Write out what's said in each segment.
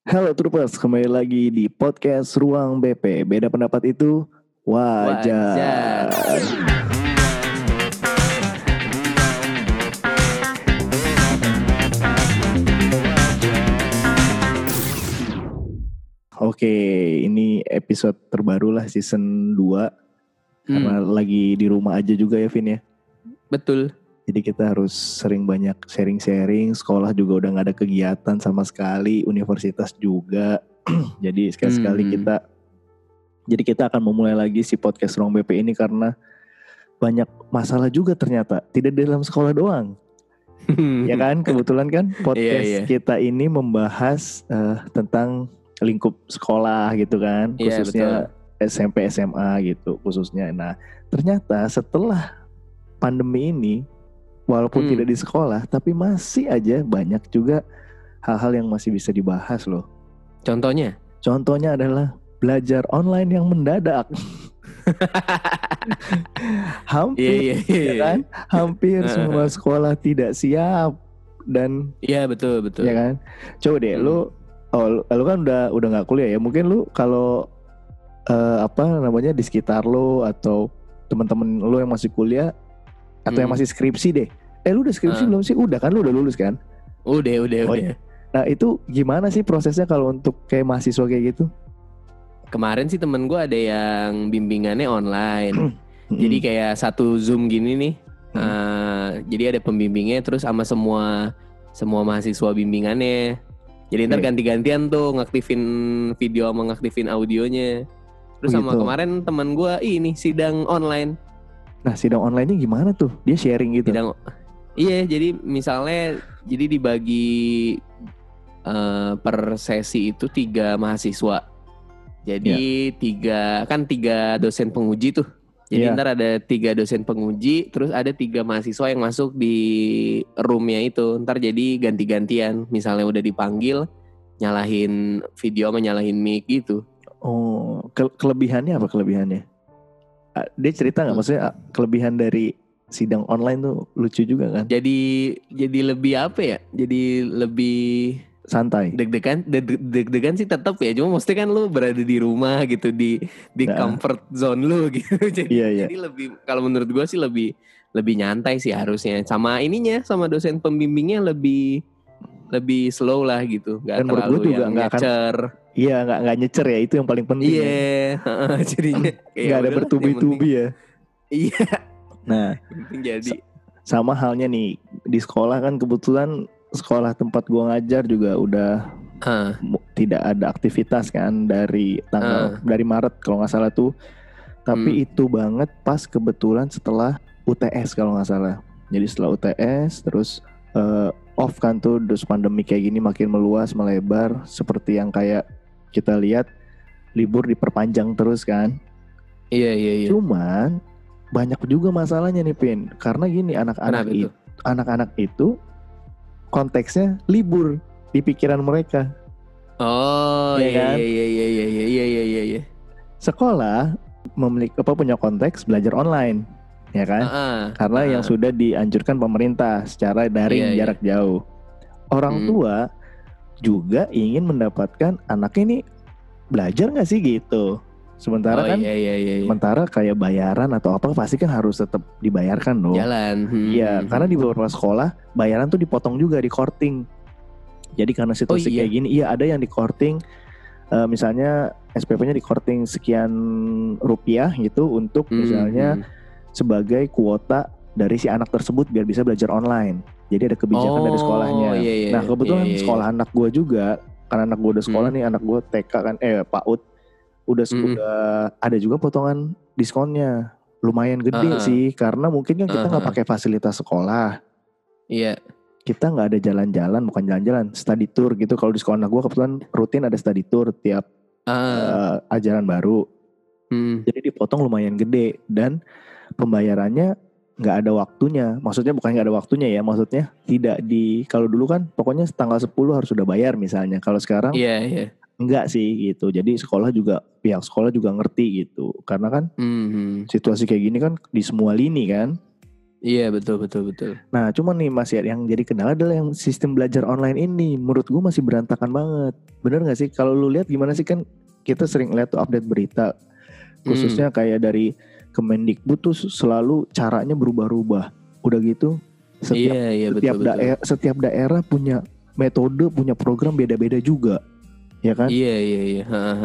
Halo Troopers, kembali lagi di podcast Ruang BP. Beda pendapat itu wajar. Oke, ini episode terbaru lah season 2. Karena lagi di rumah aja juga ya Vin ya. Betul. Jadi kita harus sering banyak sharing-sharing. Sekolah juga udah gak ada kegiatan sama sekali. Universitas juga. Jadi sekali-sekali kita akan memulai lagi si podcast Ruang BP ini karena banyak masalah juga ternyata. Tidak dalam sekolah doang. Ya kan, kebetulan kan podcast kita ini membahas tentang lingkup sekolah gitu kan. Khususnya SMP, SMA gitu khususnya. Nah ternyata setelah pandemi ini, walaupun tidak di sekolah, tapi masih aja banyak juga hal-hal yang masih bisa dibahas loh. Contohnya? Contohnya adalah belajar online yang mendadak. Hampir, ya kan? Hampir semua sekolah tidak siap dan. Iya betul. Ya kan? Coba deh, lu kan udah nggak kuliah ya? Mungkin lu kalau di sekitar lu atau teman-teman lu yang masih kuliah atau yang masih skripsi deh. Lu udah skripsi belum sih? Udah kan, lu udah lulus kan? Udah. Nah itu gimana sih prosesnya kalau untuk kayak mahasiswa kayak gitu? Kemarin sih temen gue ada yang bimbingannya online. Jadi kayak satu Zoom gini nih. Jadi ada pembimbingnya terus sama semua mahasiswa bimbingannya. Jadi ntar ganti-gantian tuh ngaktifin video sama ngaktifin audionya. Terus sama kemarin temen gue ini sidang online. Nah sidang online-nya gimana tuh? Dia sharing gitu? Iya, jadi misalnya dibagi per sesi itu 3 mahasiswa. Jadi 3 dosen penguji tuh. Jadi ntar ada 3 dosen penguji, terus ada 3 mahasiswa yang masuk di roomnya itu. Ntar jadi ganti-gantian. Misalnya udah dipanggil, nyalahin video sama nyalahin mic gitu. Oh, kelebihannya apa kelebihannya? Dia cerita nggak? Maksudnya kelebihan dari sidang online tuh lucu juga kan? Jadi lebih apa ya? Jadi lebih santai. Deg-degan sih tetap ya. Cuma maksudnya kan lu berada di rumah gitu, di comfort zone lu gitu. Jadi lebih, kalau menurut gue sih lebih nyantai sih harusnya. Sama ininya, sama dosen pembimbingnya lebih slow lah gitu. Gak terlalu yang nyecer. Iya, nggak nyecer ya, itu yang paling penting. Iya, jadinya nggak ada bertubi-tubi ya. Iya. Nah, jadi sama halnya nih di sekolah kan, kebetulan sekolah tempat gua ngajar juga udah tidak ada aktivitas kan dari dari Maret kalau nggak salah tuh. Tapi itu banget pas kebetulan setelah UTS kalau nggak salah. Jadi setelah UTS terus off kan tuh, terus pandemi kayak gini makin meluas melebar, seperti yang kayak kita lihat libur diperpanjang terus kan. Iya. Cuman banyak juga masalahnya nih Pin, karena gini, anak-anak itu konteksnya libur di pikiran mereka. Oh iya. Sekolah punya konteks belajar online, ya kan? Karena yang sudah dianjurkan pemerintah secara daring, jarak jauh. Orang tua juga ingin mendapatkan anaknya ini belajar nggak sih gitu. Sementara sementara kayak bayaran atau apa pasti kan harus tetap dibayarkan dong. Jalan. Iya, karena di beberapa sekolah bayaran tuh dipotong juga, di korting. Jadi karena situasi kayak gini, ada yang di korting, misalnya SPP-nya di korting sekian rupiah gitu untuk misalnya sebagai kuota dari si anak tersebut biar bisa belajar online. Jadi ada kebijakan dari sekolahnya. Nah kebetulan sekolah anak gue juga, karena anak gue udah sekolah nih, anak gue TK kan, PAUD udah ada juga potongan diskonnya. Lumayan gede sih, karena mungkin kan kita nggak pakai fasilitas sekolah. Iya. Kita nggak ada jalan-jalan, bukan jalan-jalan, study tour gitu. Kalau di sekolah anak gue kebetulan rutin ada study tour tiap ajaran baru. Jadi dipotong lumayan gede dan pembayarannya nggak ada waktunya. Maksudnya bukan nggak ada waktunya ya, maksudnya tidak kalau dulu kan pokoknya tanggal 10 harus sudah bayar misalnya. Kalau sekarang enggak sih gitu. Jadi pihak sekolah juga ngerti gitu. Karena kan situasi kayak gini kan di semua lini kan. Iya, betul. Nah, cuman nih Mas ya, yang jadi kendala adalah yang sistem belajar online ini. Menurut gue masih berantakan banget. Bener gak sih? Kalau lu lihat gimana sih, kan kita sering lihat tuh update berita. Khususnya kayak dari Kemendikbud tuh selalu caranya berubah-ubah. Udah gitu, Iya, betul. setiap daerah punya metode, punya program beda-beda juga. Ya kan? Iya.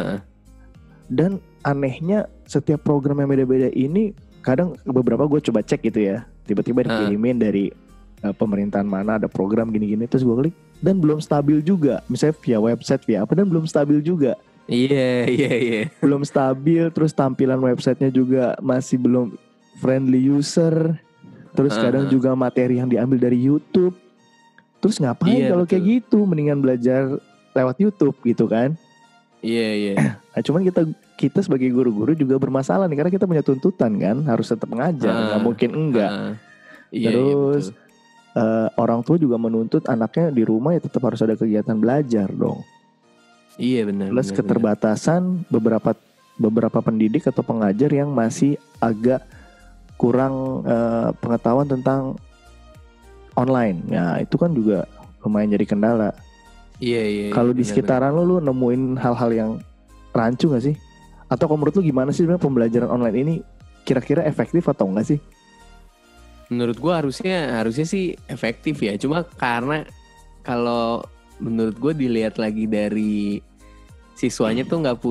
Dan anehnya setiap program yang beda-beda ini, kadang beberapa gue coba cek gitu ya, tiba-tiba dikirimin dari pemerintahan mana ada program gini-gini, terus gue klik dan belum stabil juga, misalnya via website via apa, dan belum stabil juga. Iya. Belum stabil, terus tampilan websitenya juga masih belum friendly user, terus kadang juga materi yang diambil dari YouTube. Terus ngapain kalau kayak gitu, mendingan belajar lewat YouTube gitu kan. Iya. Nah, cuman kita sebagai guru-guru juga bermasalah nih, karena kita punya tuntutan kan, harus tetap mengajar, nggak mungkin enggak. Terus orang tua juga menuntut anaknya di rumah ya tetap harus ada kegiatan belajar dong. Iya, benar. Plus keterbatasan beberapa pendidik atau pengajar yang masih agak kurang pengetahuan tentang online. Ya itu kan juga lumayan jadi kendala. Iya. Kalau di sekitaran lu nemuin hal-hal yang rancu gak sih? Atau kalau menurut lu gimana sih sebenarnya pembelajaran online ini, kira-kira efektif atau enggak sih? Menurut gue harusnya sih efektif ya. Cuma karena kalau menurut gue dilihat lagi dari siswanya tuh nggak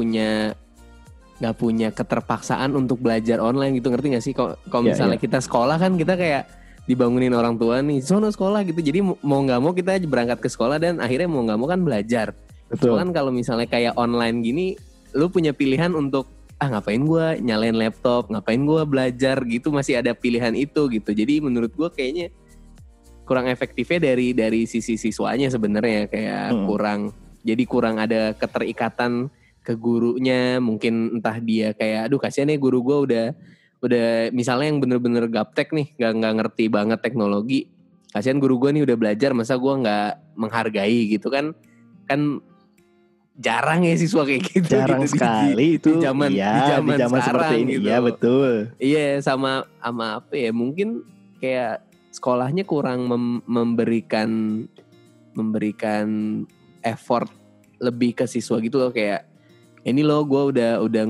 punya keterpaksaan untuk belajar online gitu, ngerti nggak sih? Kalau misalnya kita sekolah kan kita kayak dibangunin orang tua nih, sono sekolah gitu. Jadi mau nggak mau kita berangkat ke sekolah dan akhirnya mau nggak mau kan belajar. Betul. Cuman kalau misalnya kayak online gini, lu punya pilihan untuk ngapain gue nyalain laptop, ngapain gue belajar gitu, masih ada pilihan itu gitu. Jadi menurut gue kayaknya kurang efektifnya dari sisi siswanya sebenarnya, kayak kurang ada keterikatan ke gurunya. Mungkin entah dia kayak aduh kasihan ya guru gue udah misalnya yang bener-bener gaptek nih, nggak ngerti banget teknologi, kasihan guru gue nih udah belajar, masa gue nggak menghargai gitu kan jarang ya siswa kayak gitu. Jarang gitu, sekali di zaman sekarang seperti ini gitu. Iya betul. Iya, sama apa ya, mungkin kayak sekolahnya kurang memberikan effort lebih ke siswa gitu loh, kayak ini loh gue udah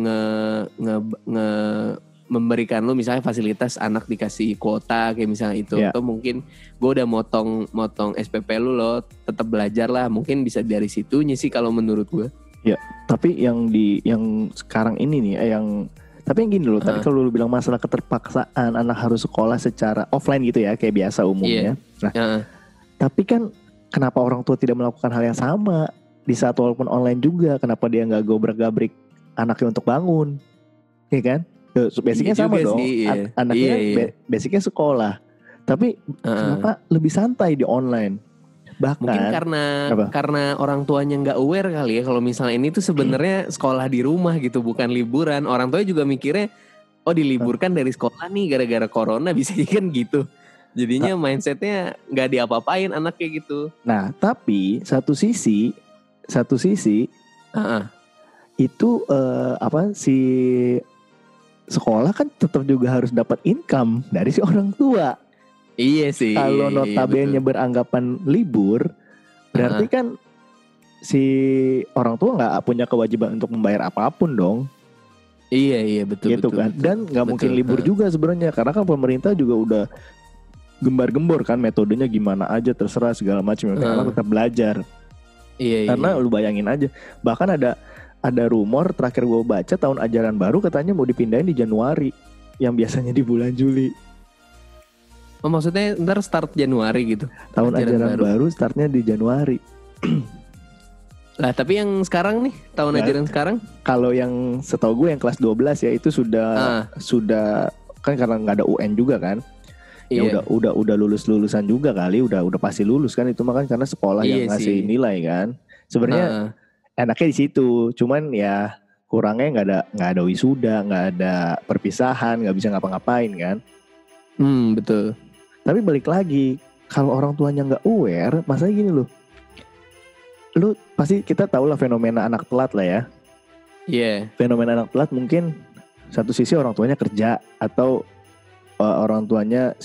memberikan lo misalnya fasilitas anak dikasih kuota kayak misalnya itu, atau mungkin gue udah motong SPP lu lo tetap belajar lah, mungkin bisa dari situnya sih kalau menurut gue. Ya, tapi yang sekarang ini nih tapi yang gini loh, tadi kalau lu bilang masalah keterpaksaan anak harus sekolah secara offline gitu ya, kayak biasa umumnya. Nah, tapi kan kenapa orang tua tidak melakukan hal yang sama di saat walaupun online juga? Kenapa dia nggak gobrak-gabrik anaknya untuk bangun, ya kan? Basicnya sama dong, anaknya basicnya sekolah, tapi kenapa lebih santai di online? Bahkan mungkin karena orang tuanya nggak aware kali ya, kalau misalnya ini tuh sebenarnya sekolah di rumah gitu, bukan liburan. Orang tuanya juga mikirnya diliburkan dari sekolah nih gara-gara corona, bisa kan gitu. Jadinya mindsetnya nggak diapa-apain anaknya gitu. Nah tapi satu sisi itu si sekolah kan tetap juga harus dapat income dari si orang tua. Iya sih. Kalau notabene beranggapan libur, berarti kan si orang tua nggak punya kewajiban untuk membayar apapun dong. Iya betul. Gitu kan. Dan nggak mungkin libur juga sebenarnya, karena kan pemerintah juga udah gembar-gembor kan metodenya gimana aja terserah segala macam, karena tetap belajar. Iya. Karena lu bayangin aja, bahkan ada rumor terakhir gue baca tahun ajaran baru katanya mau dipindahin di Januari yang biasanya di bulan Juli. Oh, maksudnya ntar start Januari gitu? Tahun ajaran baru startnya di Januari. Lah tapi yang sekarang nih, tahun ajaran sekarang? Kalau yang setahu gue yang kelas 12 ya itu sudah kan, karena nggak ada UN juga kan. Ya udah lulusan juga kali, udah pasti lulus kan itu, makan karena sekolah yang ngasih nilai kan. Sebenarnya enaknya di situ, cuman ya kurangnya nggak ada wisuda, nggak ada perpisahan, nggak bisa ngapa-ngapain kan. Betul. Tapi balik lagi, kalau orang tuanya nggak aware, masalahnya gini loh. Lu pasti kita tahu lah fenomena anak telat lah ya. Iya. Fenomena anak telat mungkin satu sisi orang tuanya kerja atau orang tuanya sibuk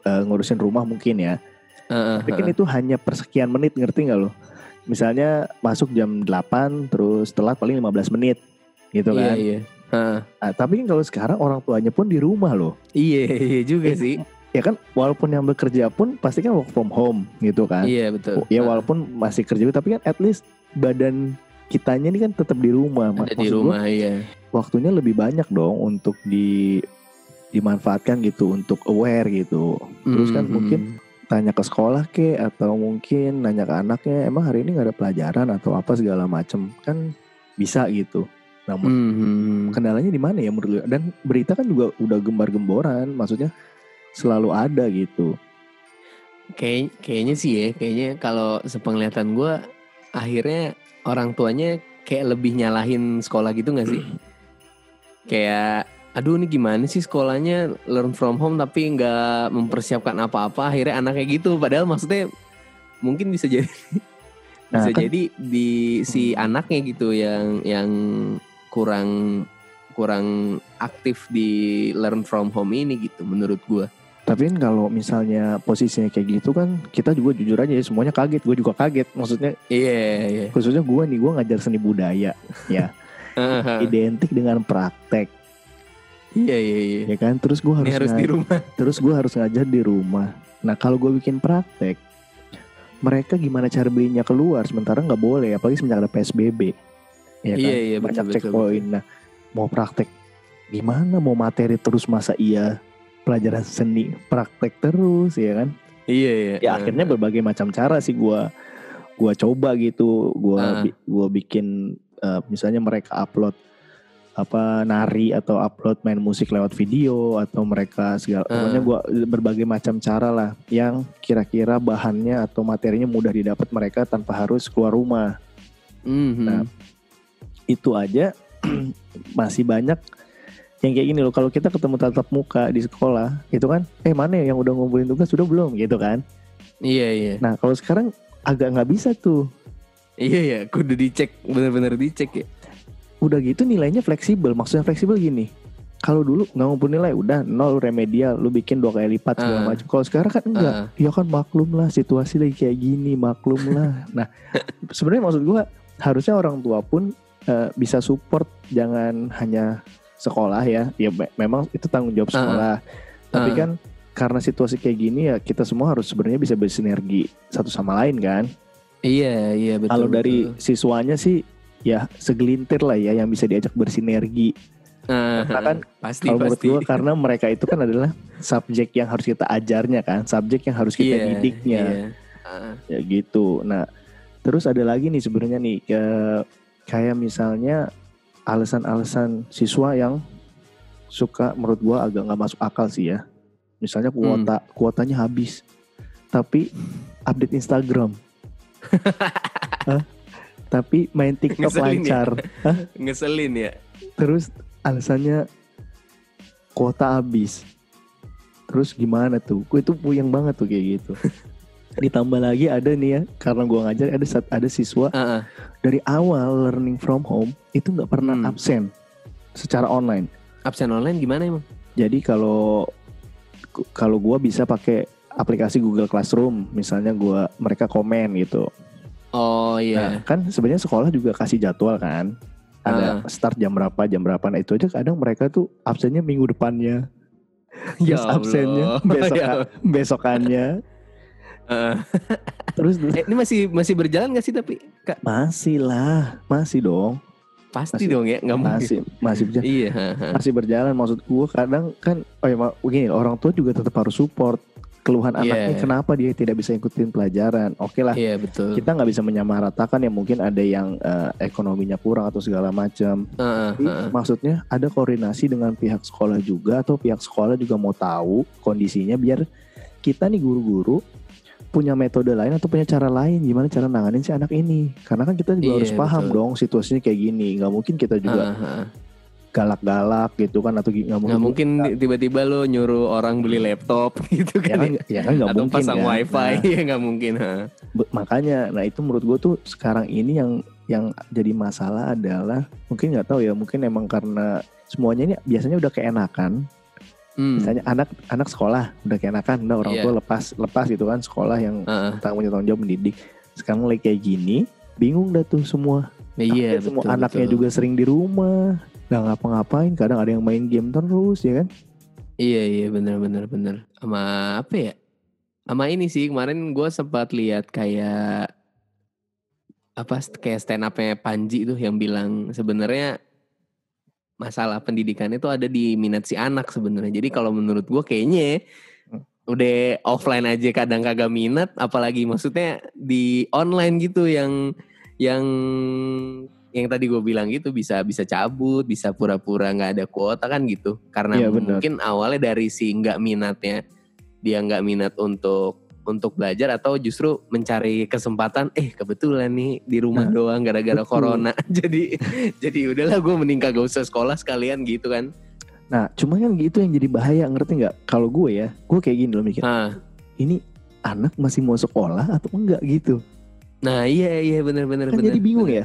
ngurusin rumah mungkin ya. Tapi kan itu hanya persekian menit, ngerti gak lo? Misalnya masuk jam 8 terus telat paling 15 menit gitu kan. Iya. Nah, tapi kan kalau sekarang orang tuanya pun di rumah loh. Iya juga sih. Ya kan walaupun yang bekerja pun pasti kan work from home gitu kan. Iya betul. Ya walaupun masih kerja tapi kan at least badan kitanya ini kan tetap di rumah. Ada di rumah iya. Waktunya lebih banyak dong untuk dimanfaatkan gitu, untuk aware gitu. Terus kan mungkin tanya ke sekolah atau mungkin nanya ke anaknya, emang hari ini gak ada pelajaran atau apa segala macem, kan bisa gitu. Namun kendalanya di mana ya menurut lu? Dan berita kan juga udah gembar-gemboran, maksudnya selalu ada gitu. Kayaknya sih ya, kayaknya kalau sepenglihatan gue akhirnya orang tuanya kayak lebih nyalahin sekolah gitu gak sih? Kayak aduh ini gimana sih sekolahnya learn from home tapi gak mempersiapkan apa-apa, akhirnya anaknya gitu. Padahal maksudnya mungkin bisa jadi bisa kan, jadi di si anaknya gitu yang kurang aktif di learn from home ini gitu menurut gue. Tapi kan kalau misalnya posisinya kayak gitu kan, kita juga jujur aja ya, semuanya kaget. Gue juga kaget, maksudnya iya. Khususnya gue ngajar seni budaya ya. Identik dengan praktek. Iya. Ya kan, terus gue harus di rumah. Terus gue harus ngajar di rumah. Nah kalau gue bikin praktek, mereka gimana cara belinya keluar, sementara nggak boleh, apalagi semenjak ada PSBB. Ya kan, iya, banyak checkpoint. Nah mau praktek gimana, mau materi terus, masa iya pelajaran seni praktek terus ya kan? Iya. Ya akhirnya berbagai macam cara sih gue coba gitu. Gue bikin misalnya mereka upload nari atau upload main musik lewat video, atau mereka segala pokoknya gue berbagai macam cara lah yang kira-kira bahannya atau materinya mudah didapat mereka tanpa harus keluar rumah. Nah itu aja masih banyak yang kayak gini loh. Kalau kita ketemu tatap muka di sekolah itu kan, mana yang udah ngumpulin tugas sudah belum gitu kan. Iya. Nah kalau sekarang agak nggak bisa tuh. Iya kudu dicek, benar-benar dicek ya. Udah gitu nilainya fleksibel. Maksudnya fleksibel gini, kalau dulu nggak ngumpul nilai udah 0 remedial, lu bikin 2 kali lipat segala macam. Kalau sekarang kan enggak. Ya kan maklum lah, situasi lagi kayak gini, maklum lah. Nah sebenarnya maksud gue harusnya orang tua pun bisa support, jangan hanya sekolah ya memang itu tanggung jawab sekolah. Tapi kan karena situasi kayak gini ya kita semua harus sebenarnya bisa bersinergi satu sama lain kan. Iya betul. Kalau dari siswanya sih ya segelintir lah ya yang bisa diajak bersinergi. Karena kan kalau menurut gue, karena mereka itu kan adalah subjek yang harus kita ajarnya kan, subjek yang harus kita didiknya. Ya gitu. Nah terus ada lagi nih sebenarnya nih kayak misalnya alasan-alasan siswa yang suka menurut gue agak nggak masuk akal sih ya. Misalnya kuotanya habis tapi update Instagram. Tapi main TikTok lancar. Ngeselin ya. Terus alasannya kuota habis. Terus gimana tuh? Gue itu puyeng banget tuh kayak gitu. Ditambah lagi ada nih ya, karena gue ngajar ada siswa dari awal learning from home itu nggak pernah absen secara online. Absen online gimana emang? Jadi kalau gue bisa pakai aplikasi Google Classroom, misalnya mereka komen gitu. Oh iya. Nah, kan sebenarnya sekolah juga kasih jadwal kan. Ada start jam berapa. Nah itu aja kadang mereka tuh absennya minggu depannya. Ya absennya besokannya. Terus ini masih berjalan gak sih tapi Kak? Masih dong. Pasti dong ya, nggak mungkin. Masih berjalan. Iya. Masih berjalan, maksud gue kadang kan begini, orang tua juga tetap harus support. Keluhan anaknya kenapa dia tidak bisa ikutin pelajaran. Oke lah, betul. Kita nggak bisa menyamaratakan ya, mungkin ada yang ekonominya kurang atau segala macam. Maksudnya ada koordinasi dengan pihak sekolah juga, atau pihak sekolah juga mau tahu kondisinya, biar kita nih guru-guru punya metode lain atau punya cara lain gimana cara nanganin si anak ini. Karena kan kita juga harus paham dong situasinya kayak gini. Nggak mungkin kita juga galak-galak gitu kan, atau nggak mungkin tiba-tiba lo nyuruh orang beli laptop gitu kan ya kan nggak mungkin pasang wifi. Ya nggak mungkin. Makanya nah itu menurut gue tuh sekarang ini yang jadi masalah adalah, mungkin nggak tahu ya, mungkin emang karena semuanya ini biasanya udah keenakan Misalnya anak sekolah udah keenakan, udah orang tua lepas gitu kan sekolah yang punya tanggung jawab mendidik. Sekarang lagi kayak gini, bingung dah tuh semua. Iya, semua anaknya juga sering di rumah, nggak ngapa-ngapain. Kadang ada yang main game terus, ya kan? Iya benar. Sama apa ya? Sama ini sih kemarin gue sempat lihat kayak stand up-nya Panji tuh yang bilang sebenarnya masalah pendidikan itu ada di minat si anak sebenarnya. Jadi kalau menurut gue kayaknya udah offline aja kadang kagak minat, apalagi maksudnya di online gitu yang tadi gue bilang gitu bisa cabut, bisa pura-pura nggak ada kuota kan gitu. Karena mungkin awalnya dari si nggak minatnya, dia nggak minat untuk belajar atau justru mencari kesempatan kebetulan nih di rumah doang gara-gara corona. jadi udahlah gue mending kagak usah sekolah sekalian gitu kan. Nah cuma kan gitu yang jadi bahaya, ngerti nggak? Kalau gue kayak gini loh mikir, ini anak masih mau sekolah atau enggak gitu. Nah iya benar kan jadi bingung ya.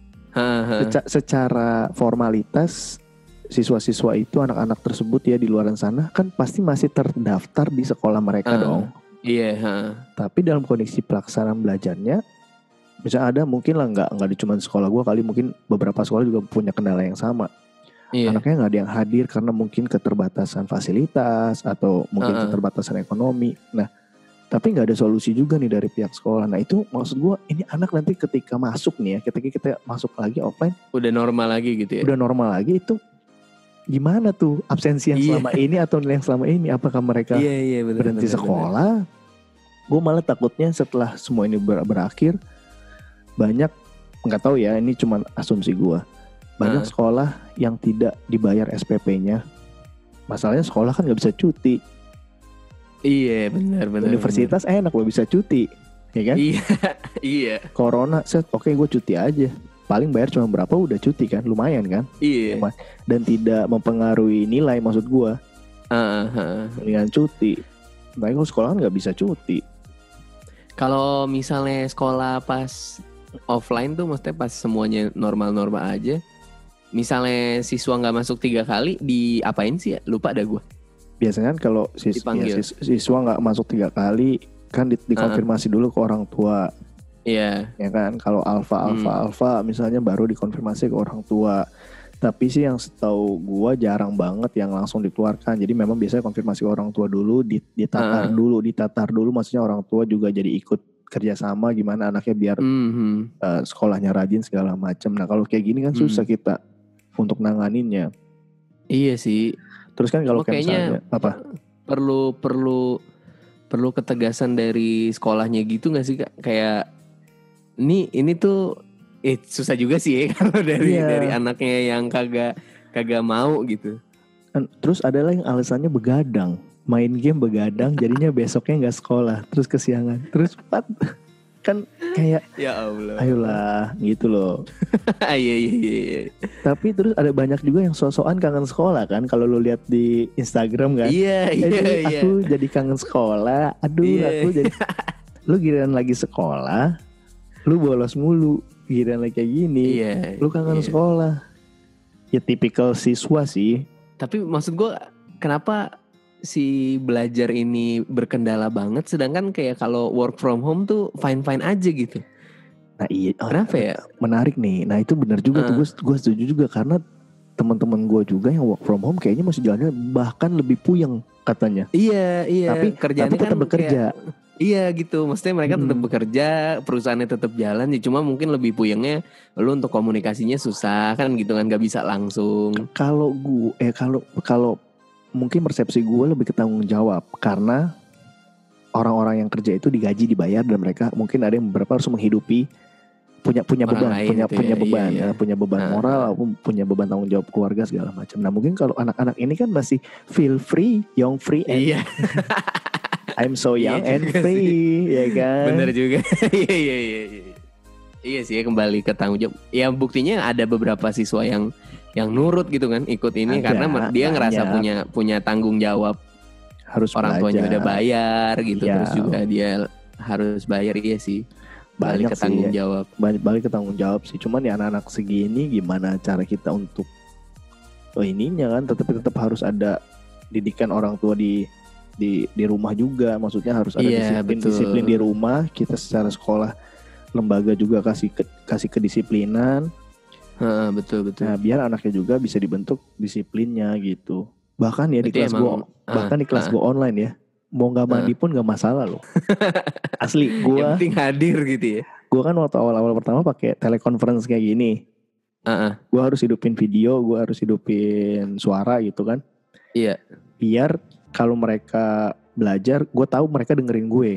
Secara formalitas siswa-siswa itu, anak-anak tersebut ya di luar sana kan pasti masih terdaftar di sekolah mereka dong. Iya. Tapi dalam kondisi pelaksanaan belajarnya, misalnya ada mungkin lah nggak cuma sekolah gue kali, mungkin beberapa sekolah juga punya kendala yang sama. Anaknya nggak ada yang hadir karena mungkin keterbatasan fasilitas atau mungkin keterbatasan ekonomi. Nah, tapi nggak ada solusi juga nih dari pihak sekolah. Nah itu maksud gue, ini anak nanti ketika masuk nih ya, ketika kita masuk lagi offline, udah normal lagi gitu ya. Udah normal lagi itu. Gimana tuh absensi yang selama ini atau nilai yang selama ini? Apakah mereka berhenti sekolah? Gue malah takutnya setelah semua ini berakhir, banyak, nggak tahu ya, ini cuma asumsi gue, banyak sekolah yang tidak dibayar SPP-nya. Masalahnya sekolah kan nggak bisa cuti. Iya benar. Universitas enak lo bisa cuti, ya kan? Iya. Corona oke gue cuti aja. Paling bayar cuma berapa udah cuti kan, lumayan kan? Iya. Dan tidak mempengaruhi nilai, maksud gue. Dengan cuti. Tapi kalau sekolah kan nggak bisa cuti. Kalau misalnya sekolah pas offline tuh, maksudnya pas semuanya normal-normal aja. Misalnya siswa nggak masuk 3 kali, diapain sih ya? Lupa dah gue. Biasanya kan kalau siswa nggak masuk 3 kali kan dikonfirmasi dulu ke orang tua. Iya. Ya kan, kalau alfa misalnya baru dikonfirmasi ke orang tua. Tapi sih yang setahu gua jarang banget yang langsung dikeluarkan. Jadi memang biasanya konfirmasi ke orang tua dulu, ditatar dulu. Maksudnya orang tua juga jadi ikut kerjasama gimana anaknya biar sekolahnya rajin segala macam. Nah kalau kayak gini kan susah kita untuk nanganinnya. Iya sih. Terus kan kalau misalnya apa? Perlu ketegasan dari sekolahnya gitu nggak sih Kak? Kayak ini tuh susah juga sih ya kalau dari anaknya yang kagak mau gitu. Terus ada lagi yang alasannya begadang, main game begadang, jadinya besoknya nggak sekolah, terus kesiangan, terus kan kayak ya Allah, ayolah gitu loh. Iya. Tapi terus ada banyak juga yang sok-sokan kangen sekolah kan, kalau lo lihat di Instagram kan. Iya. Aku jadi kangen sekolah, aku jadi. Lu giliran lagi sekolah, lu bolos mulu, giliran lagi kayak gini, lu kangen sekolah. Ya tipikal siswa sih. Tapi maksud gue, kenapa si belajar ini berkendala banget, sedangkan kayak kalau work from home tuh fine-fine aja gitu. Nah iya. Kenapa ya? Menarik nih. Nah itu benar juga tuh, gue setuju juga, karena teman-teman gue juga yang work from home kayaknya masih jalannya bahkan lebih puyeng katanya. Iya. Tapi tetap kan bekerja. Iya gitu, maksudnya mereka tetap bekerja, perusahaannya tetap jalan, ya cuma mungkin lebih puyengnya lu untuk komunikasinya susah kan gitu kan, gak bisa langsung. Kalau gue, kalau mungkin persepsi gue lebih ke tanggung jawab, karena orang-orang yang kerja itu digaji, dibayar, dan mereka mungkin ada yang beberapa harus menghidupi, punya beban, punya beban moral, punya beban tanggung jawab keluarga segala macam. Nah mungkin kalau anak-anak ini kan masih feel free, young free, and I'm so young and free, ya kan? Bener juga. Iya sih, kembali ke tanggung jawab. Ya buktinya ada beberapa siswa yang nurut gitu kan, ikut ini karena dia ngerasa punya tanggung jawab. Harus orang belajar. Tuanya udah bayar gitu, terus juga dia harus bayar, iya sih. Balik ke tanggung jawab. Balik ke tanggung jawab sih. Cuman ya anak-anak segini gimana cara kita untuk ininya kan, tetap harus ada didikan orang tua di rumah juga. Maksudnya harus ada Iya, disiplin betul. di rumah. Kita secara sekolah lembaga juga kasih kedisiplinan. Heeh, betul. Nah, biar anaknya juga bisa dibentuk disiplinnya gitu. Bahkan ya Berarti emang di kelas gua online ya, mau nggak mandi pun nggak masalah loh. Asli, yang penting hadir gitu ya. gua kan waktu awal-awal pertama pakai teleconference kayak gini. Gua harus hidupin video, gua harus hidupin suara gitu kan. Iya. Biar kalau mereka belajar, gue tahu mereka dengerin gue.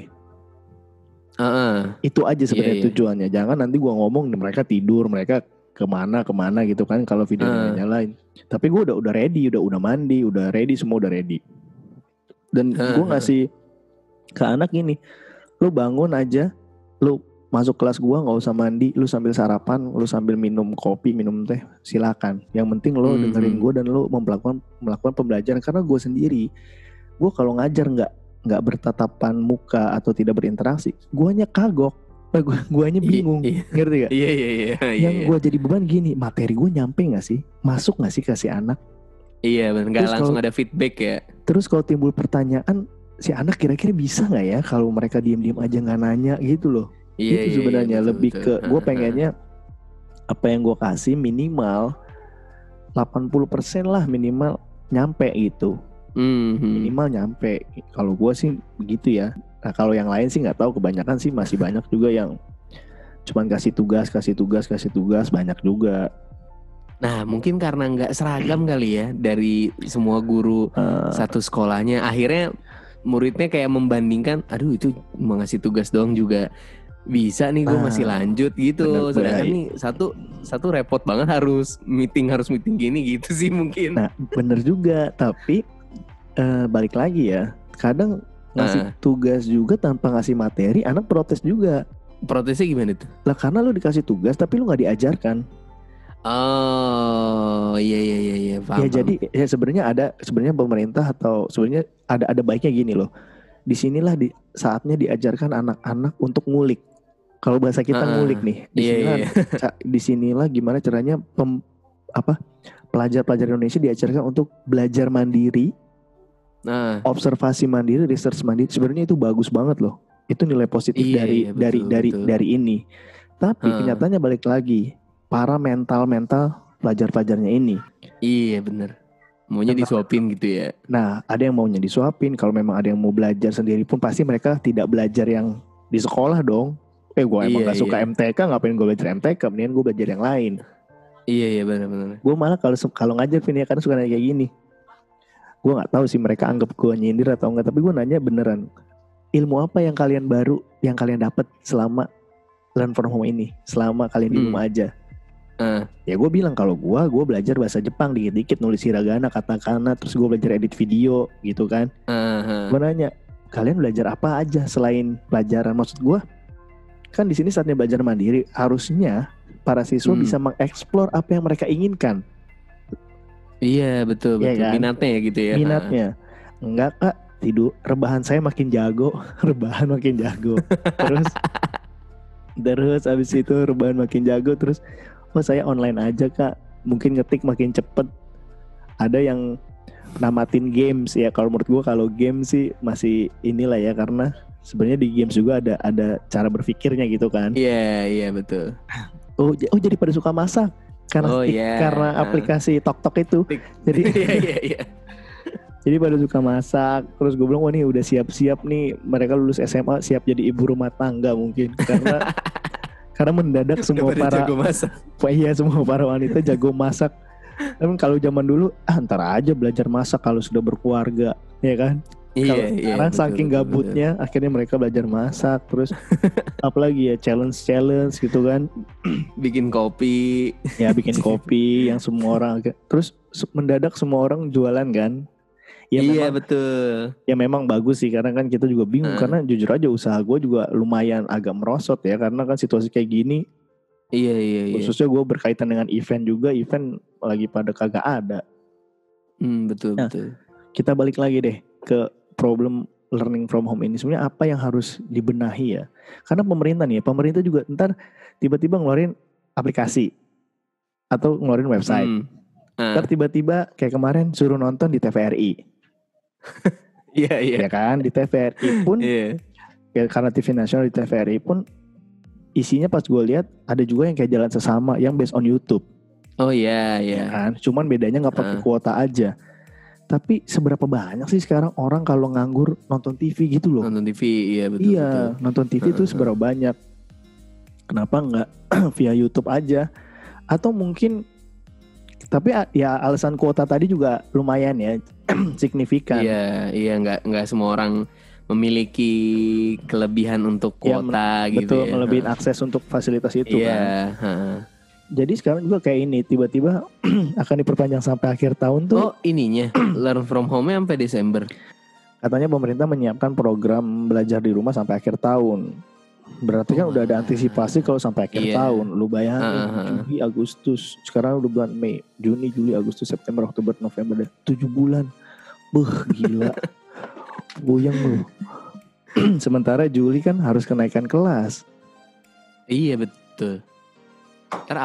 Itu aja sebenarnya tujuannya. Jangan nanti gue ngomong mereka tidur, mereka kemana gitu kan kalau videonya nyalain. Tapi gue udah ready, udah mandi, udah ready, semua udah ready. Dan gue ngasih ke anak gini, lu bangun aja, lu masuk kelas gue nggak usah mandi, lu sambil sarapan, lu sambil minum kopi, minum teh, silakan. Yang penting lu dengerin gue dan lu melakukan pembelajaran. Karena gue sendiri, gue kalau ngajar nggak bertatapan muka atau tidak berinteraksi, guanya kagok, guanya bingung, ngerti gak? Iya. Yang gue jadi beban gini, materi gue nyampe nggak sih, masuk nggak sih kasih anak? Iya, nggak langsung ada feedback ya. Terus kalau timbul pertanyaan, si anak kira-kira bisa nggak ya kalau mereka diem-diem aja nggak nanya gitu loh. Itu sebenarnya lebih ke gue pengennya apa yang gue kasih minimal 80% lah minimal nyampe gitu. Minimal nyampe. Kalau gue sih begitu ya. Nah kalau yang lain sih nggak tahu, kebanyakan sih masih banyak juga yang cuman kasih tugas banyak juga. Nah mungkin karena nggak seragam kali ya dari semua guru satu sekolahnya, akhirnya muridnya kayak membandingkan, aduh itu mau ngasih tugas doang juga bisa nih, gue masih lanjut gitu. Sedangkan nih satu repot banget, harus meeting gini gitu sih mungkin. Nah bener juga, tapi balik lagi ya, kadang ngasih tugas juga tanpa ngasih materi, anak protes juga. Protesnya gimana tuh? Lah karena lu dikasih tugas tapi lu nggak diajarkan. Oh iya paham. Ya jadi ya sebenarnya pemerintah atau sebenarnya ada baiknya gini loh. Disinilah saatnya diajarkan anak-anak untuk ngulik. Kalau bahasa kita ngulik nih, disinilah gimana caranya pelajar-pelajar Indonesia diajarkan untuk belajar mandiri, observasi mandiri, research mandiri. Sebenarnya itu bagus banget loh. Itu nilai positif dari ini. Tapi kenyataannya balik lagi, para mental pelajar-pelajarnya ini. Iya benar. Maunya disuapin gitu ya. Nah, ada yang maunya disuapin. Kalau memang ada yang mau belajar sendiri pun pasti mereka tidak belajar yang di sekolah dong. Gue emang gak suka MTK, ngapain gue belajar MTK, mendingan gue belajar yang lain. Iya benar. Gue malah kalau ngajar Vin ya, karena suka nanya kayak gini. Gue nggak tahu sih mereka anggap gue nyindir atau enggak, tapi gue nanya beneran, ilmu apa yang kalian dapat selama learn from home ini, selama kalian di rumah aja? Ya gue bilang kalau gue belajar bahasa Jepang dikit-dikit, nulis hiragana, katakana, terus gue belajar edit video gitu kan. Gue nanya, kalian belajar apa aja selain pelajaran? Maksud gue, kan di sini saatnya belajar mandiri, harusnya para siswa bisa mengeksplor apa yang mereka inginkan. Iya betul. Kan? Minatnya ya gitu ya. Minatnya. Enggak kak, rebahan saya makin jago. Terus abis itu rebahan makin jago, terus saya online aja kak, mungkin ngetik makin cepet. Ada yang namatin games ya. Kalau menurut gue kalau game sih masih inilah ya, karena sebenarnya di games juga ada cara berpikirnya gitu kan. Iya betul. Oh jadi pada suka masak karena aplikasi TokTok itu. Jadi iya. Jadi pada suka masak. Terus gue bilang, wah nih udah siap-siap nih, mereka lulus SMA siap jadi ibu rumah tangga mungkin. Karena mendadak semua semua para wanita jago masak. Tapi kalau zaman dulu ntar aja belajar masak kalau sudah berkeluarga, ya kan? Iya, sekarang saking gabutnya akhirnya mereka belajar masak. Terus apalagi ya, challenge gitu kan, bikin kopi yang semua orang. Terus mendadak semua orang jualan kan. Ya iya memang, betul. Ya memang bagus sih, karena kan kita juga bingung. Karena jujur aja usaha gue juga lumayan agak merosot ya, karena kan situasi kayak gini. Iya. Khususnya gue berkaitan dengan event juga, event lagi pada kagak ada. Betul. Kita balik lagi deh ke problem learning from home ini. Sebenarnya apa yang harus dibenahi ya? Karena pemerintah juga ntar tiba-tiba ngeluarin aplikasi atau ngeluarin website. Ntar tiba-tiba kayak kemarin suruh nonton di TVRI. Iya, iya. Ya kan, di TVRI pun Iya. ya, karena TV nasional di TVRI pun isinya pas gue lihat ada juga yang kayak Jalan Sesama yang based on YouTube. Oh iya, Ya iya. kan, cuman bedanya nggak pakai kuota aja. Tapi seberapa banyak sih sekarang orang kalau nganggur nonton TV gitu loh? Nonton TV, iya betul. Iya, nonton TV itu seberapa banyak? Kenapa nggak via YouTube aja? Atau mungkin, tapi ya alasan kuota tadi juga lumayan ya, signifikan. Iya, nggak semua orang memiliki kelebihan untuk kuota ya, gitu betul, ya. melebihin akses untuk fasilitas itu iya, kan. Jadi sekarang juga kayak ini, tiba-tiba akan diperpanjang sampai akhir tahun tuh. Oh ininya, learn from home sampai Desember. Katanya pemerintah menyiapkan program belajar di rumah sampai akhir tahun. Berarti kan udah ada antisipasi kalau sampai akhir tahun. Lu bayangin Juli, Agustus, sekarang udah bulan Mei, Juni, Juli, Agustus, September, Oktober, November, 7 bulan. Gila. Goyang lu. Sementara Juli kan harus kenaikan kelas. Iya betul. Ntar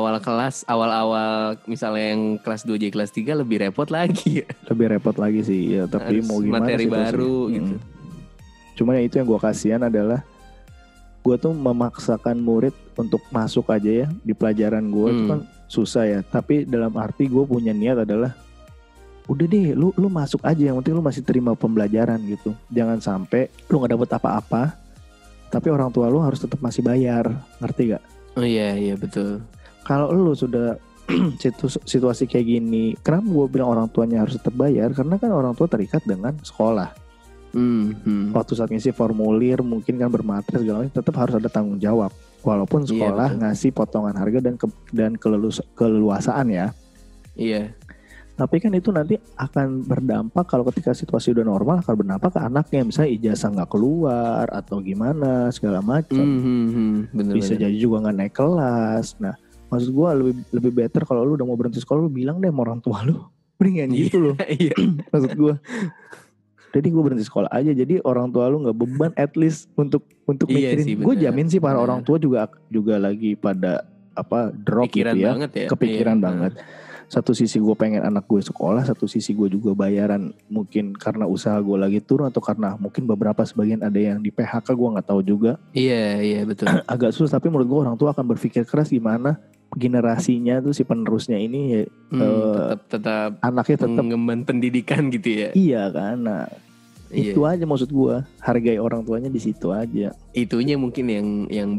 awal misalnya yang kelas 2 jadi kelas 3 lebih repot lagi. Lebih repot lagi sih ya, tapi harus mau gimana materi situasi baru gitu. Cuma ya itu yang gue kasihan adalah gue tuh memaksakan murid untuk masuk aja ya di pelajaran gue itu kan susah ya. Tapi dalam arti gue punya niat adalah udah deh lu masuk aja, yang penting lu masih terima pembelajaran gitu. Jangan sampai lu nggak dapet apa-apa tapi orang tua lu harus tetap masih bayar, ngerti gak? Oh iya betul. Kalau lu sudah situasi kayak gini, kenapa gue bilang orang tuanya harus tetap bayar? Karena kan orang tua terikat dengan sekolah. Waktu saat ngisi formulir mungkin kan bermateri segala macam, tetap harus ada tanggung jawab. Walaupun sekolah ngasih potongan harga dan keleluasaan ya. Iya. Tapi kan itu nanti akan berdampak kalau ketika situasi udah normal, akan berdampak ke anaknya, misalnya ijazah nggak keluar atau gimana segala macam. Bisa jadi juga nggak naik kelas. Nah, maksud gue lebih better kalau lu udah mau berhenti sekolah, lu bilang deh sama orang tua lu, mendingan gitu loh. Iya. Maksud gue, jadi gue berhenti sekolah aja, jadi orang tua lu nggak beban at least untuk mikirin. Gue jamin sih para orang tua juga lagi pada drop kepikiran gitu ya, banget ya. Kepikiran banget. Satu sisi gue pengen anak gue sekolah, satu sisi gue juga bayaran mungkin karena usaha gue lagi turun atau karena mungkin beberapa sebagian ada yang di PHK, gue nggak tahu juga. Iya betul. Agak susah, tapi menurut gue orang tua akan berpikir keras gimana generasinya tuh si penerusnya ini tetap anaknya tetap mengemban pendidikan gitu ya. Iya kan, nah itu aja maksud gue, hargai orang tuanya di situ aja. Itunya mungkin yang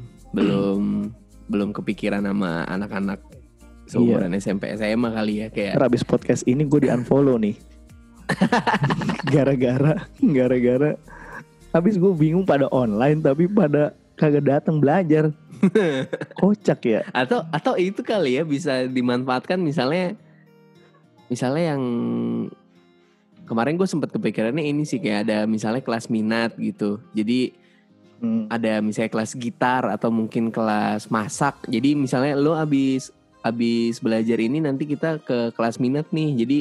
belum kepikiran sama anak-anak seumuran SMP SMA kali ya, kayak. Habis podcast ini gue di-unfollow nih. gara-gara habis gue bingung pada online tapi pada kagak datang belajar. Kocak ya. Atau itu kali ya bisa dimanfaatkan, misalnya yang kemarin gue sempat kepikirannya ini sih, kayak ada misalnya kelas minat gitu. Jadi ada misalnya kelas gitar atau mungkin kelas masak. Jadi misalnya lo abis belajar ini nanti kita ke kelas minat nih, jadi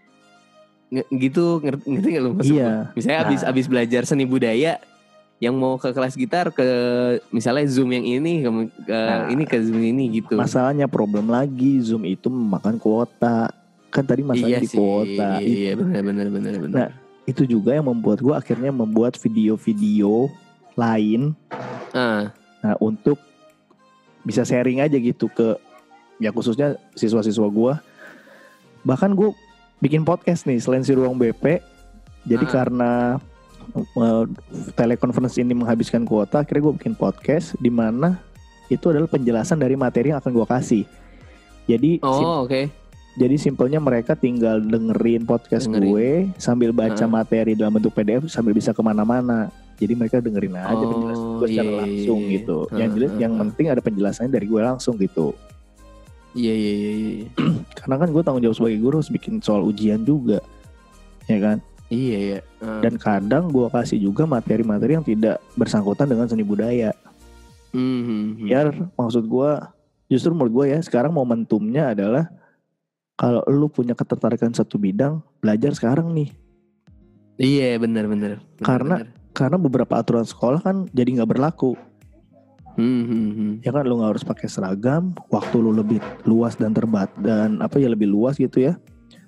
gitu, ngerti nggak lo maksud? Iya. Misalnya abis belajar seni budaya, yang mau ke kelas gitar ke misalnya Zoom yang ini ke Zoom ini gitu. Masalahnya problem lagi, Zoom itu memakan kuota. Kan tadi masalahnya di kuota. Iya benar. Nah itu juga yang membuat gue akhirnya membuat video-video lain. Nah untuk bisa sharing aja gitu ke, ya khususnya siswa-siswa gue. Bahkan gue bikin podcast nih selain si Ruang BP. Jadi karena telekonferensi ini menghabiskan kuota, akhirnya gue bikin podcast di mana itu adalah penjelasan dari materi yang akan gue kasih. Jadi jadi simpelnya mereka tinggal dengerin podcast gue sambil baca materi dalam bentuk PDF sambil bisa kemana-mana. Jadi mereka dengerin aja penjelasan gue secara langsung gitu. Yang penting ada penjelasannya dari gue langsung gitu. Iya. Karena kan gue tanggung jawab sebagai guru harus bikin soal ujian juga, ya kan? Iya. Dan kadang gue kasih juga materi-materi yang tidak bersangkutan dengan seni budaya. Biar maksud gue, justru menurut gue ya sekarang momentumnya adalah kalau lu punya ketertarikan satu bidang, belajar sekarang nih. Iya benar. Karena beberapa aturan sekolah kan jadi nggak berlaku. Ya kan, lu nggak harus pakai seragam, waktu lu lebih luas dan lebih luas gitu ya.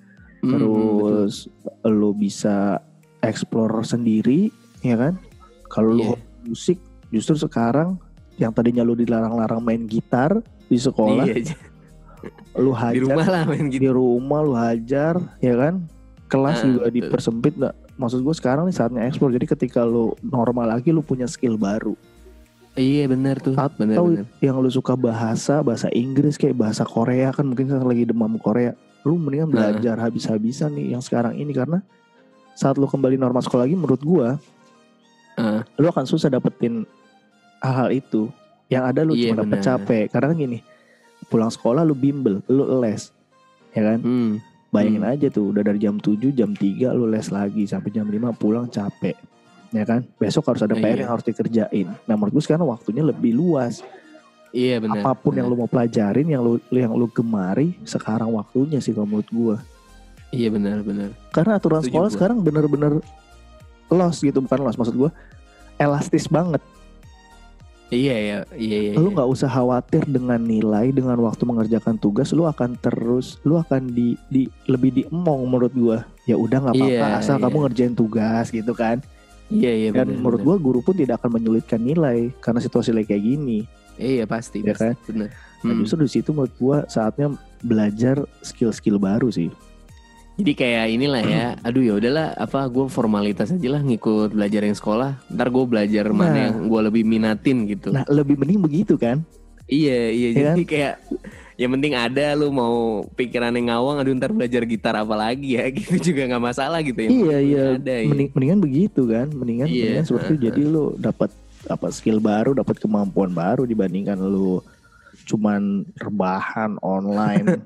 Betul. Terus lu bisa explore sendiri, ya kan? Kalau lu Iya. hobi musik, justru sekarang yang tadinya lu dilarang-larang main gitar di sekolah, Iya, lu di rumah hajar lah main di gitu. rumah, lu hajar, ya kan? Kelas juga Betul. dipersempit. Nah, maksud gue sekarang nih saatnya explore. Jadi ketika lu normal lagi, lu punya skill baru. Iya benar tuh, Atau benar. yang lu suka bahasa Inggris kayak bahasa Korea kan, mungkin sekarang lagi demam Korea. Lu mendingan Heeh. belajar habis-habisan nih yang sekarang ini, karena saat lu kembali normal sekolah lagi, menurut gua Heeh. lu akan susah dapetin hal-hal itu. Yang ada lu Iya cuma dapet benar. capek. Karena kan gini, pulang sekolah lu bimbel, lu les, ya kan? Bayangin aja tuh, udah dari jam 7, jam 3 lu les lagi sampai jam 5 pulang capek. Ya kan? Besok harus ada PR yang Iya. harus dikerjain. Nah, menurut gue sekarang waktunya lebih luas. Iya benar. Apapun yang lu mau pelajarin, yang lu gemari, sekarang waktunya sih kalau menurut gue. Iya benar. Karena aturan Setuju sekolah gua. sekarang bener-bener lost gitu, bukan lost, maksud gue elastis banget. Iya. Lu nggak usah khawatir dengan nilai, dengan waktu mengerjakan tugas, lu akan lebih diemong menurut gua. Ya udah nggak apa-apa, Iya, asal iya. kamu ngerjain tugas gitu kan. Iya Dan benar. menurut gua guru pun tidak akan menyulitkan nilai karena situasi lagi kayak gini. Iya pasti. Ya kan? Benar. Nah, justru di situ menurut gua saatnya belajar skill-skill baru sih. Jadi kayak inilah ya, aduh ya udahlah, gue formalitas aja lah ngikut belajar yang sekolah. Ntar gue belajar mana yang gue lebih minatin gitu. Nah, lebih mending begitu kan? Iya, Ya jadi kan? kayak yang penting ada lu mau pikirannya ngawang, aduh ntar belajar gitar apa lagi ya, gitu juga nggak masalah gitu ya. Iya. Ada, Mendingan begitu kan? Mendingan seperti itu. Jadi lu dapat skill baru, dapat kemampuan baru dibandingkan lu cuman rebahan online.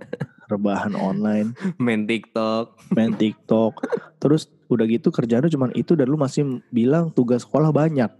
main TikTok. Terus udah gitu kerjaan lu cuman itu dan lu masih bilang tugas sekolah banyak.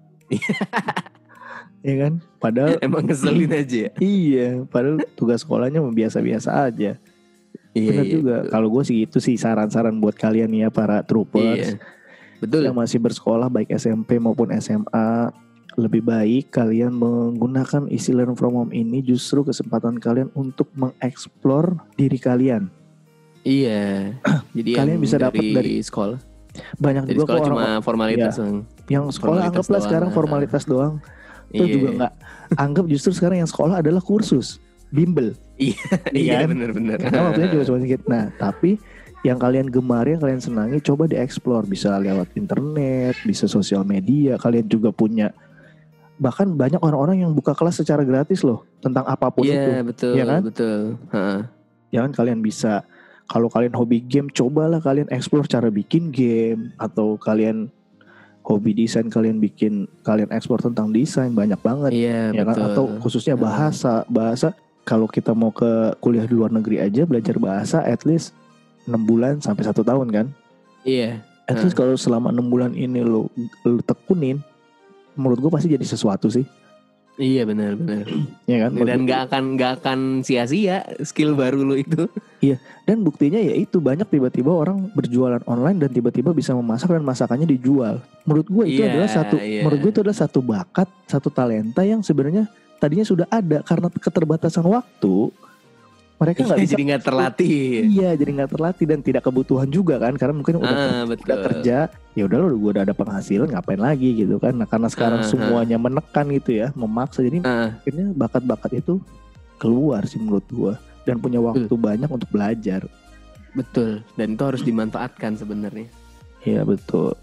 Ya kan? Padahal emang ngeselin aja ya. Iya, padahal tugas sekolahnya biasa-biasa aja. Benar juga. Kalau gue sih itu sih saran-saran buat kalian ya para troopers. Iya. Betul. Yang masih bersekolah baik SMP maupun SMA, lebih baik kalian menggunakan isi learn from home ini justru kesempatan kalian untuk mengeksplor diri kalian. Iya. Jadi kalian bisa dapat dari sekolah. Banyak dari juga sekolah kok cuma orang formalitas yang sekolah formalitas anggaplah doang. sekarang formalitas doang. Itu Iya. juga nggak anggap justru sekarang yang sekolah adalah kursus bimbel. Iya kan? benar. Karena waktunya juga cuma sedikit. Nah, tapi yang kalian gemari, yang kalian senangi, coba dieksplor. Bisa lewat internet, bisa sosial media. Kalian juga punya, bahkan banyak orang-orang yang buka kelas secara gratis loh tentang apapun itu. Iya betul. Ya kan? Betul. Ya kan, kalian bisa, kalau kalian hobi game, cobalah kalian explore cara bikin game. Atau kalian hobi desain, kalian explore tentang desain, banyak banget. Iya Ya kan? betul. Atau khususnya bahasa. Kalau kita mau ke kuliah di luar negeri aja, belajar bahasa at least 6 bulan sampai 1 tahun kan. Iya. At least kalau selama 6 bulan ini lu tekunin, menurut gue pasti jadi sesuatu sih. Iya benar. Ya kan? Dan nggak akan sia-sia skill baru lu itu. Iya. Dan buktinya ya itu, banyak tiba-tiba orang berjualan online dan tiba-tiba bisa memasak dan masakannya dijual. Menurut gue itu menurut gue itu adalah satu bakat, satu talenta yang sebenarnya tadinya sudah ada, karena keterbatasan waktu. Mereka nggak bisa, jadi nggak terlatih. Iya, jadi nggak terlatih dan tidak kebutuhan juga kan, karena mungkin udah kerja, ya udah lo gue udah ada penghasilan, ngapain lagi gitu kan. Nah, karena sekarang semuanya menekan gitu ya, memaksa, jadi akhirnya bakat-bakat itu keluar sih menurut gue, dan punya waktu banyak untuk belajar. Betul, dan itu harus dimanfaatkan sebenarnya. Iya betul.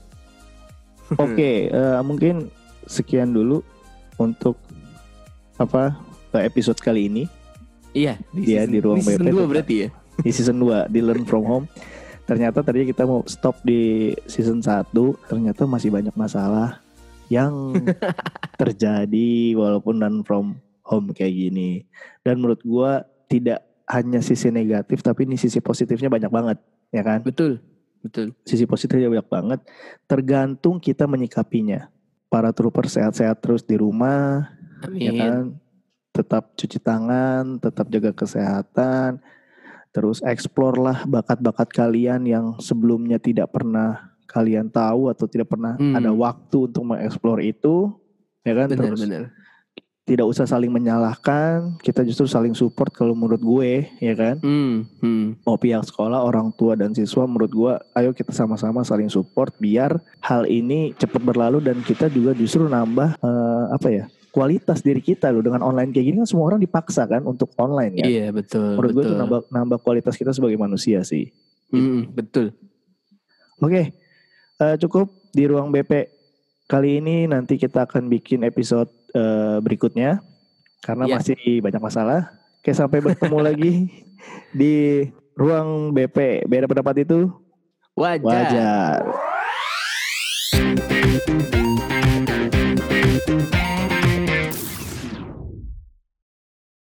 Oke, mungkin sekian dulu untuk episode kali ini. Iya, di ruang BP. Season 2 berarti ya? Di season 2, di Learn From Home. Ternyata tadinya kita mau stop di season 1, ternyata masih banyak masalah yang terjadi walaupun Learn From Home kayak gini. Dan menurut gua tidak hanya sisi negatif, tapi ini sisi positifnya banyak banget, ya kan? Betul. Sisi positifnya banyak banget, tergantung kita menyikapinya. Para trooper sehat-sehat terus di rumah. Amin. Ya kan? Tetap cuci tangan, tetap jaga kesehatan, terus explore lah bakat-bakat kalian yang sebelumnya tidak pernah kalian tahu atau tidak pernah ada waktu untuk mengeksplor itu, ya kan? Benar. tidak usah saling menyalahkan, kita justru saling support kalau menurut gue, ya kan? Mau pihak sekolah, orang tua dan siswa, menurut gue, ayo kita sama-sama saling support biar hal ini cepat berlalu dan kita juga justru nambah kualitas diri kita loh. Dengan online kayak gini kan semua orang dipaksa kan untuk online ya. Iya betul. Menurut gue itu nambah kualitas kita sebagai manusia sih. Betul. Oke, cukup di ruang BP kali ini. Nanti kita akan bikin episode berikutnya karena masih banyak masalah. Oke, sampai bertemu lagi di ruang BP. Beda pendapat itu wajar.